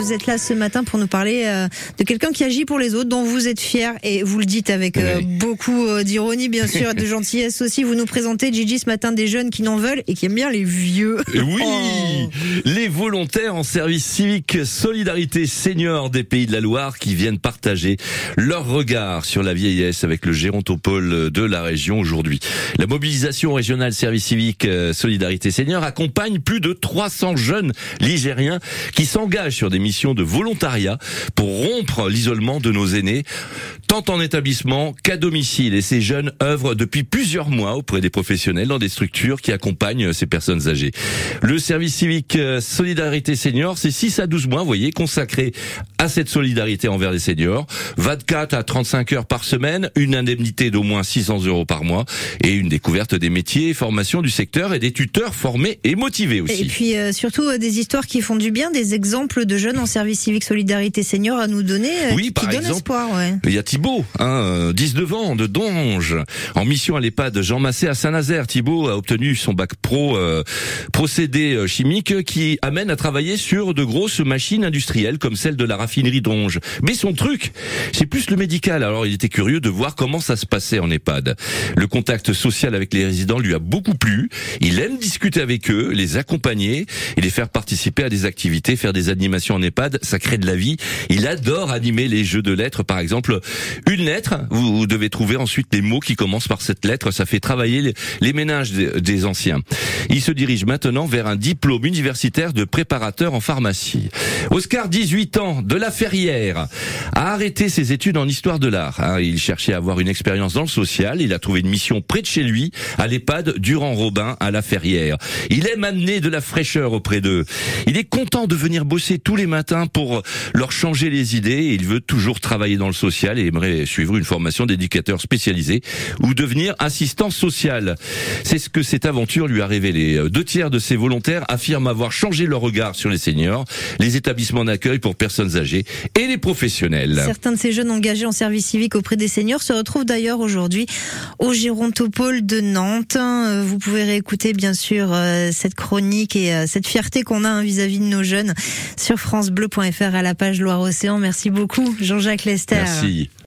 vous êtes là ce matin pour nous parler de quelqu'un qui agit pour les autres, dont vous êtes fier, et vous le dites avec beaucoup d'ironie, bien sûr, et de gentillesse aussi. Vous nous présentez, Gigi, ce matin, des jeunes qui n'en veulent et qui aiment bien les vieux. Oui, les volontaires en service civique Solidarité Senior des Pays de la Loire qui viennent partager leur regard sur la vieillesse avec le gérontopole de la région aujourd'hui. La mobilisation régionale service civique Solidarité Senior accompagne plus de 300 jeunes ligériens qui s'engagent sur des missions de volontariat pour rompre l'isolement de nos aînés, tant en établissement qu'à domicile. Et ces jeunes œuvrent depuis plusieurs mois auprès des professionnels dans des structures qui accompagnent ces personnes âgées. Le service civique Solidarité Senior, c'est 6 à 12 mois, vous voyez, consacré à cette solidarité envers les seniors. 24 à 35 heures par semaine, une indemnité d'au moins 600 € par mois et une découverte des métiers et formations du secteur et des tuteurs formés et motivés aussi. Et puis surtout des histoires qui font du bien, des exemples de jeunes en service civique Solidarité Senior à nous donner, oui, qui donnent espoir. Ouais. Il y a Thibaut, 19 ans, de Donge, en mission à l'EHPAD Jean Massé à Saint-Nazaire. Thibaut a obtenu son bac pro procédés chimiques qui amène à travailler sur de grosses machines industrielles comme celle de la raffinerie Donge. Mais son truc, c'est plus le médical. Alors il était curieux de voir comment ça se passait en EHPAD. Le contact social avec les résidents lui a beaucoup plu. Il aime discuter avec eux, les accompagner et les faire participer à des activités, faire des animations en EHPAD, ça crée de la vie. Il adore animer les jeux de lettres, par exemple. Une lettre, vous devez trouver ensuite les mots qui commencent par cette lettre. Ça fait travailler les méninges des anciens. Il se dirige maintenant vers un diplôme universitaire de préparateur en pharmacie. Oscar, 18 ans, de La Ferrière, a arrêté ses études en histoire de l'art. Il cherchait à avoir une expérience dans le social. Il a trouvé une mission près de chez lui, à l'EHPAD Durand-Robin, à La Ferrière. Il aime amener de la fraîcheur auprès d'eux. Il est content de venir bosser tous les matins pour leur changer les idées. Il veut toujours travailler dans le social et aimerait suivre une formation d'éducateur spécialisé ou devenir assistant social. C'est ce que cette aventure lui a révélé. 2/3 de ses volontaires affirment avoir changé leur regard sur les seniors, les établissements d'accueil pour personnes âgées et les professionnels. Certains de ces jeunes engagés en service civique auprès des seniors se retrouvent d'ailleurs aujourd'hui au Gérontopole de Nantes. Vous pouvez réécouter bien sûr cette chronique et cette fierté qu'on a vis-à-vis de nos jeunes sur francebleu.fr à la page Loire-Océan. Merci beaucoup Jean-Jacques Lester. Merci.